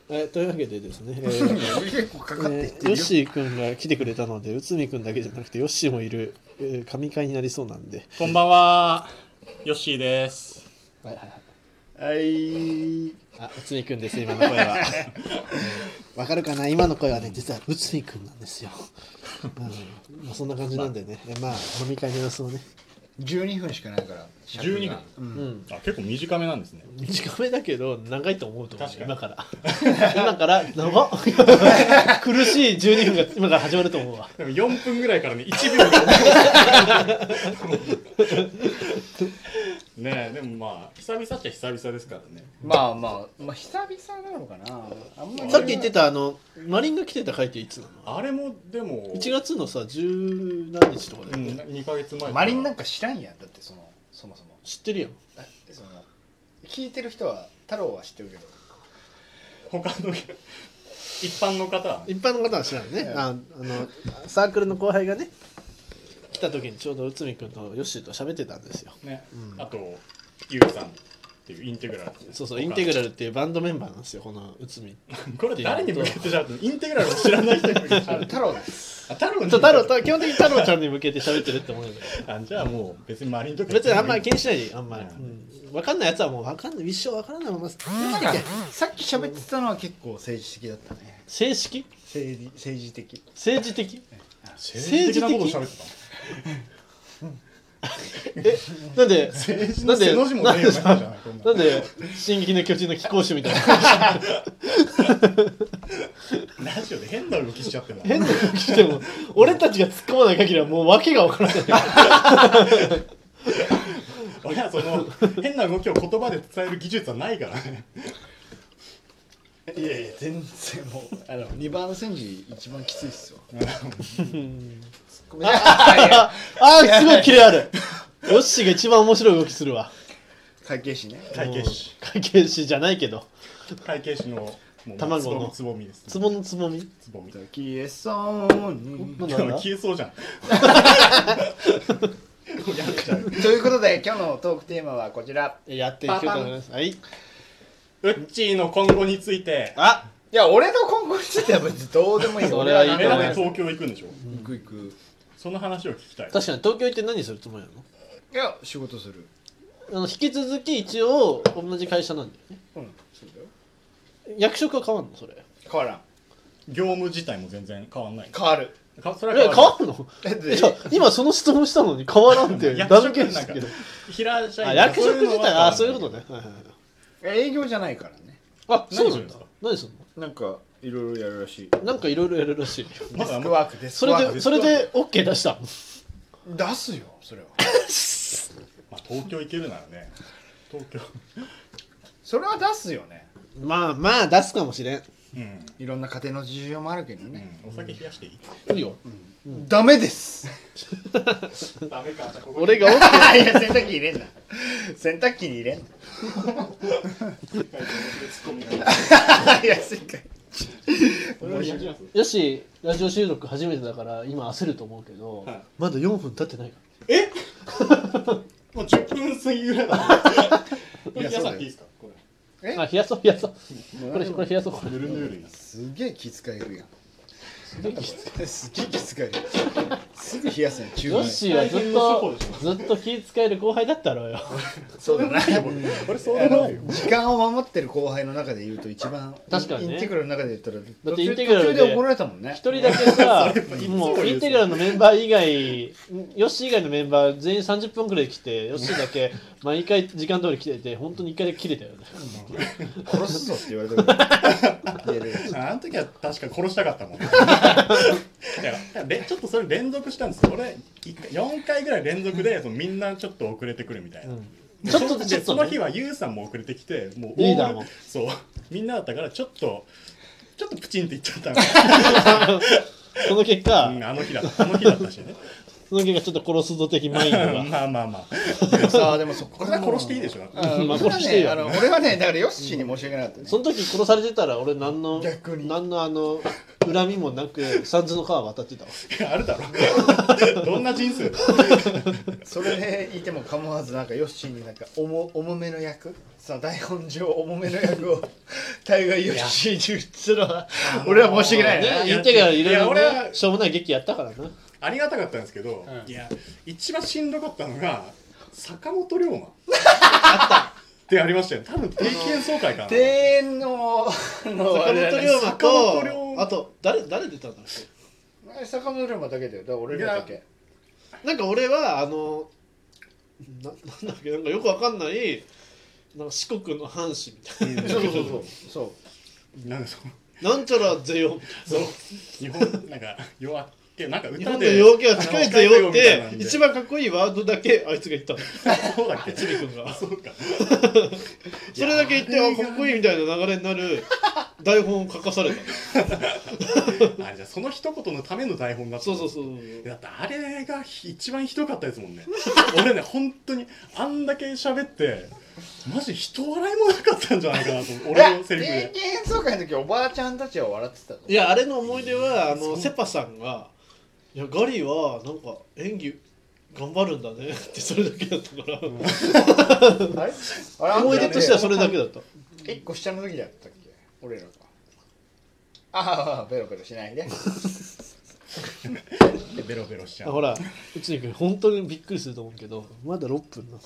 というわけでですね、 結構かかっていってるよ。 ヨッシーくんが来てくれたので、内海くんだけじゃなくてヨッシーもいる、神会になりそうなんで。 こんばんは、ヨッシーです。 はいはいはい。 あ、内海くんです、今の声は。わかるかな、今の声はね、実は内海くんなんですよ。まあ、そんな感じなんでね、まあ、飲み会の様子をね。 12分しかないから。 12分、あ、結構短めなんですね。 短めだけど長いと思うと思う。 確かに今から今から長っ苦しい12分が今から始まると思うわ。 でも4分ぐらいからね、1秒がねえ、でもまあ久々っちゃ久々ですからね。 まあ久々なのかな。あんまりさっき言ってたマリンが来てた回っていつなの？ あれもでも 1月のさ十何日とかだよね。 2ヶ月前。 マリンなんか知らんやん。だってそもそも知ってるやん。 その聞いてる人は太郎は知ってるけど、 他の一般の方は一般の方は知らんね。サークルの後輩がね来た時にちょうど内海君とヨッシーと喋ってたんですよね。あとゆうさんっていうインテグラル。 そうインテグラルっていうバンドメンバーなんですよ、この内海。 これ誰に向けてじゃインテグラルを知らない人に向けて太郎です。 太郎に基本的に太郎ちゃんに向けて喋ってるって思うんだけど、 じゃあもう別にマリンとか別にあんまり気にしないで、あんまり、分かんないやつはもう分かんない、一生分からないままさっき喋ってたのは結構政治的だったね。 正式政治的政治的政治的なことを喋ってたなんで政治の背の字もねえよじゃないなんで進撃の巨人の貴公子みたいなラジオで変な動きしちゃってる変な動きしても俺たちが突っ込まない限りはもう訳が分からない俺はその変な動きを言葉で伝える技術はないからね。 いや全然もう2番戦時一番きついっすよ。 あすごいキレある。ヨッシーが一番面白い動きするわ。 会計士ね。 会計士。 会計士じゃないけど。 会計士の卵のつぼみです。 つぼのつぼみ。 つぼみ。 消えそうに。 消えそうじゃん。 ということで今日のトークテーマはこちら。 やっていきたいと思います。はい。 ウッチーの今後について。 いや俺の今後については別にどうでもいいよ。 俺はいいと思います。 東京行くんでしょ。 行く。 その話を聞きたい。 確かに東京行って何するつもりなの？ いや仕事する。 引き続き一応同じ会社なんだよね。 そうだよ。 役職は変わんのそれ？ 変わらん。 業務自体も全然変わんない。 変わる。 それは変わるの？今その質問したのに変わらんって断言したけど。 平社員。 役職自体そういうことね。 営業じゃないからね。 そうなんだ。何すんの？ なんかいろいろやるらしい。 なんかいろいろやるらしい。 デスクワークです。 それで OK 出したの？ 出すよそれは。 東京行けるならね。東京。 それは出すよね。 まあ出すかもしれん。 いろんな家庭の事情もあるけどね。 お酒冷やしていい？ いいよ。 ダメです。 ダメか。 俺が OK。 いや洗濯機入れんな。洗濯機に入れんな。いや正解。 よしラジオ収録初めてだから今焦ると思うけど、まだ4分経ってないから。 もう10分過ぎぐらいだ。冷やさっていいですか？これ。 冷やそう。これ冷やそう。 ぬるぬる。 すげえ気遣えるやん。すげえ気遣える。すぐ冷やすね。 ヨッシーはずっと気遣える後輩だったろうよ。 そうだな。 俺そうでもないよ。 時間を守ってる後輩の中で言うと一番確かにね。 インテグラルの中で言ったらだってインテグラル途中で怒られたもんね。 一人だけさもうインテグラルのメンバー以外ヨッシー以外のメンバー全員30分くらい来てヨッシーだけ毎回時間通り来てて本当に1回で切れたよね。 殺すぞって言われたから。 あの時は確か殺したかったもん。ちょっとそれ連続したんですよ。俺4回ぐらい連続でみんなちょっと遅れてくるみたいな。ちょっとその日はユウさんも遅れてきて、もうリーダーもそうみんなだったからちょっとプチンっていっちゃったの。 その結果、 あの日だったしね。 その結果ちょっと殺すぞ的マインドがまあでもそこから殺していいでしょ。 殺してよ。 俺はねだからヨッシーに申し訳なかったね。 その時殺されてたら俺何の恨みもなく三途の川渡ってたわ。 あるだろ。どんな人生だ。 それでいても構わずなんかヨッシーになんか重めの役、その台本上重めの役をタイガーヨッシーに言ってたのは俺は申し訳ないね。 インテグラルいろいろ俺はねしょうもない劇やったからな。 ありがたかったんですけど、いや一番しんどかったのが坂本龍馬ってありましたよ。多分定期演奏会かな。 庭園の坂本龍馬坂本龍と馬あと誰出たんだっけ。 坂本龍馬だけだよ。だから俺らだけ。 なんか俺はなんだっけ、なんかよくわかんないなんか四国の藩士みたいな、 そうなんかそうなんちゃらぜよみたいな、 日本なんか夜明けなんか日歌で本の陽気が近いぜよっみたいなてんで一番かっこいいワードだけあいつが言ったの。 そうだっけつりくんがそうかそれだけ言ってあかっこいいみたいな流れになる台本を書かされたの。 あれじゃあその一言のための台本だったそうそうそうだってあれが一番ひどかったですもんね俺ね本当にあんだけ喋ってマジ人笑いもなかったんじゃないかなと俺のセリフで。 定期演奏会の時おばあちゃんたちは笑ってたの。 いやあれの思い出はセパさんがいやガリはなんか演技頑張るんだねってそれだけだったからあれあれ思い出としてはそれだけだった。 1個下の時だったっけ俺らが。ああベロベロしないで。 ベロベロしちゃう。 ほら内海君本当にびっくりすると思うけどまだ6分なのよ。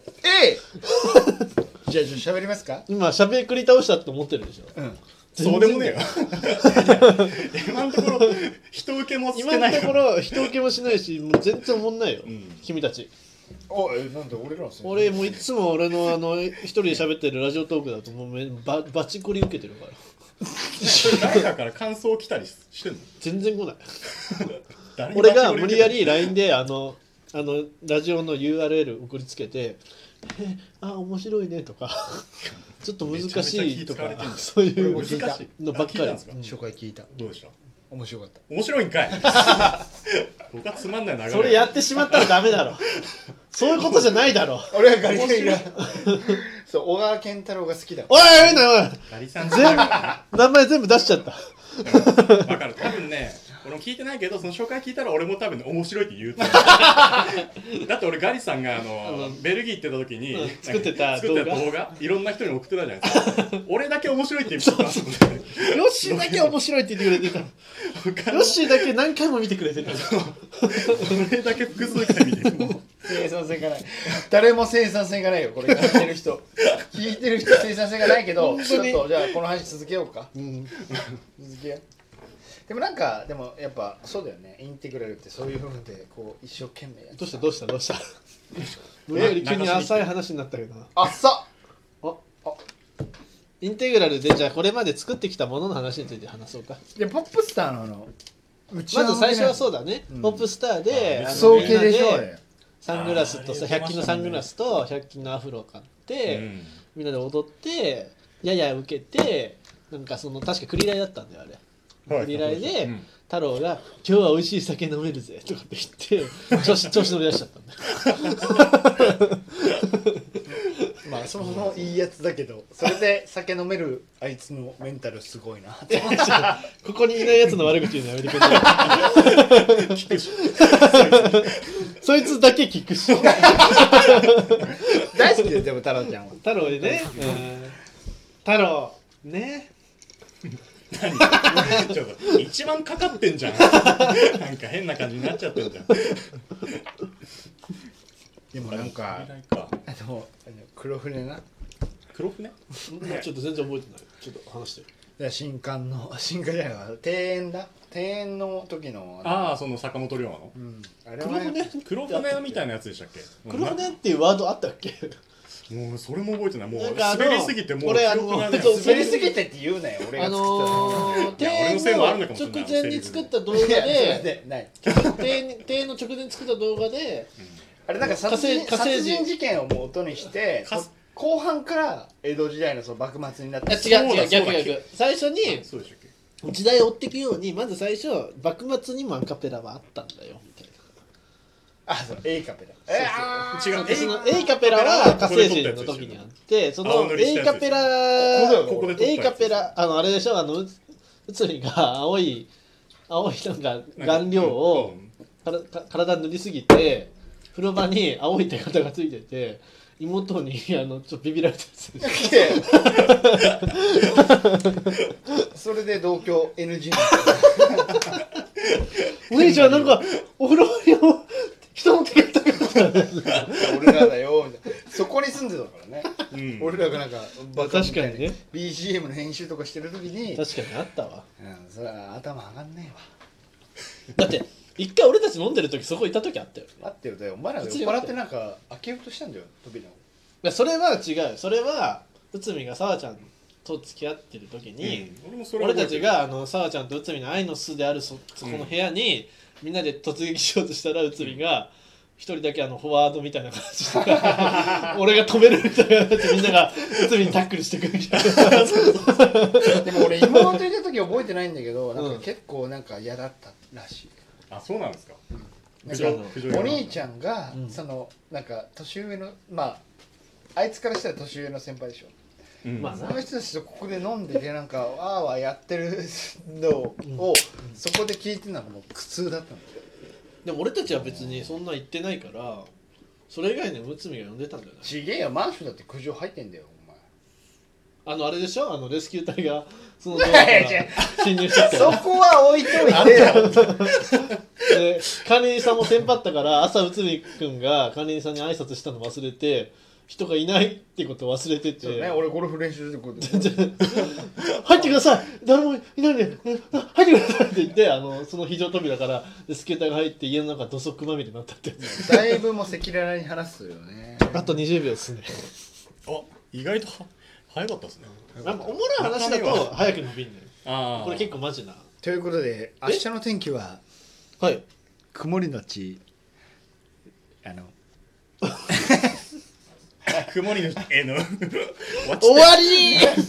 じゃあ喋りますか。 今喋り倒したって思ってるでしょ。 そうでもねえよ今のところ人受けもして今ないのところ人受けもしないしもう全然おもんないよ、君たち。 なんで俺らのせい。 俺もういつも俺の一人で喋ってるラジオトークだともうバチコリ受けてるから誰かから感想来たりしてんの全然来ない誰に俺が無理やり LINE でラジオの URL 送りつけて面白いねとかちょっと難しいとかめちゃめちゃ気使われてんじゃんそういう俺も聞いたのばっかり。 初回聞いた。 どうでした面白かった。 面白いんかい僕はつまんない流れそれやってしまったらダメだろそういうことじゃないだろ俺はガリガリがそう小川健太郎が好きだ。 おいおいおいガリさん全部名前全部出しちゃったわかる多分ね俺も聞いてないけどその初回聞いたら俺も多分、ね、面白いって言うと思うだって俺ガリさんがベルギー行ってた時に、 作ってた動画いろんな人に送ってたじゃないですか俺だけ面白いって言ってたヨッシーだけ面白いって言ってくれてたヨッシーだけ何回も見てくれてた俺だけ複数回見てる生産性がない。誰も生産性がないよこれ聞いてる人生産性がないけどちょっとじゃあこの話続けようか、続けよう。でもなんかでもやっぱそうだよねインテグラルってそういう部分でこう一生懸命やってどうした無理やり急に浅い話になったけどな。 あっさインテグラルでじゃあこれまで作ってきたものの話について話そうか。 でポップスターのまず最初はそうだね、ポップスターで総計でしょみんなでサングラスとさ100均のサングラスと100均のアフロを買って、みんなで踊ってやや受けてなんかその確かクリライだったんだよあれ。クリライで、太郎が「今日は美味しい酒飲めるぜ」とかって言って調子乗り出しちゃったんだよまあそもそもいいやつだけどそれで酒飲めるあいつのメンタルすごいなここにいないやつの悪口言うのやめてくださいそいつだけ聞くし大好きですでも太郎ちゃんは太郎でね、太郎ねちょっと一番かかってんじゃんなんか変な感じになっちゃってんじゃんでもなんかでも黒船な黒船ちょっと全然覚えてないちょっと話して新刊じゃないわ庭園の時のその坂本龍馬の、 あれは黒船みたいなやつでしたっけ黒船っていうワードあったっけもうそれも覚えてないもうなんか滑りすぎてもう俺記憶がね滑りすぎてって言うなよ俺が作った俺のせいもあるのかもしれない直前に作った動画でない庭園の直前に作った動画であれなんか殺人事件をもとにして後半から江戸時代のその幕末になって違う逆最初にそうでしたっけ時代を追っていくようにまず最初幕末にもアンカペラはあったんだよみたいなそうエイカペラ違うそのエイカペラは火星人の時にあってそのエイカペラあれでしょ内海が青いなんか顔料を体塗りすぎて風呂場に青い手形がついてて妹にちょっとビビられたやつ人お姉ちゃんなんかお風呂場に人の手が高かった俺らだよみたいな。そこに住んでたからね、俺らがなんかバカみたいに確かにね BGM の編集とかしてる時に確かにあったわ。 それは頭上がんねえわ。 だって一回俺たち飲んでる時そこいた時あったよね。 待ってよ、だよお前らが酔っ払ってなんか開けようとしたんだよ扉を。 いやそれは違う。それは内海がさわちゃんと付き合ってる時に、俺たちがさわちゃんと内海の愛の巣であるそこの部屋にみんなで突撃しようとしたら内海が一人だけフォワードみたいな感じで俺が止めるみたいな感じでみんなが内海にタックルしてくるみたいなでも俺妹といた時覚えてないんだけど、なんか結構なんか嫌だったらしい。 あ、そうなんですか。 なんかお兄ちゃんが、そのなんか年上のあいつからしたら年上の先輩でしょ。まあその人たちとここで飲んでてなんかわーわーやってるのを、そこで聞いてるのがもう苦痛だったんだよ。 でも俺たちは別にそんな言ってないからそれ以外に内海が呼んでたんじゃない？ ちげえよ、マンションだって苦情入ってんだよお前。 あれでしょ、レスキュー隊がそのドアから侵入してきたそこは置いといてよで管理人さんもテンパったから朝内海くんが管理人さんに挨拶したの忘れて人がいないってことを忘れてて、 そうね、俺ゴルフ練習でこうやって入ってください誰もいないんで入ってくださいって言ってその非常扉からレスキュー隊が入って家の中土足まみれになったって。 だいぶもう赤裸々に話すよね。 あと20秒ですね。 あ、意外と早かったですね。 なんかおもろい話だと早く伸びんのよ。 ああ、 これ結構マジな。 ということで明日の天気ははい曇りのち曇りの絵の終わり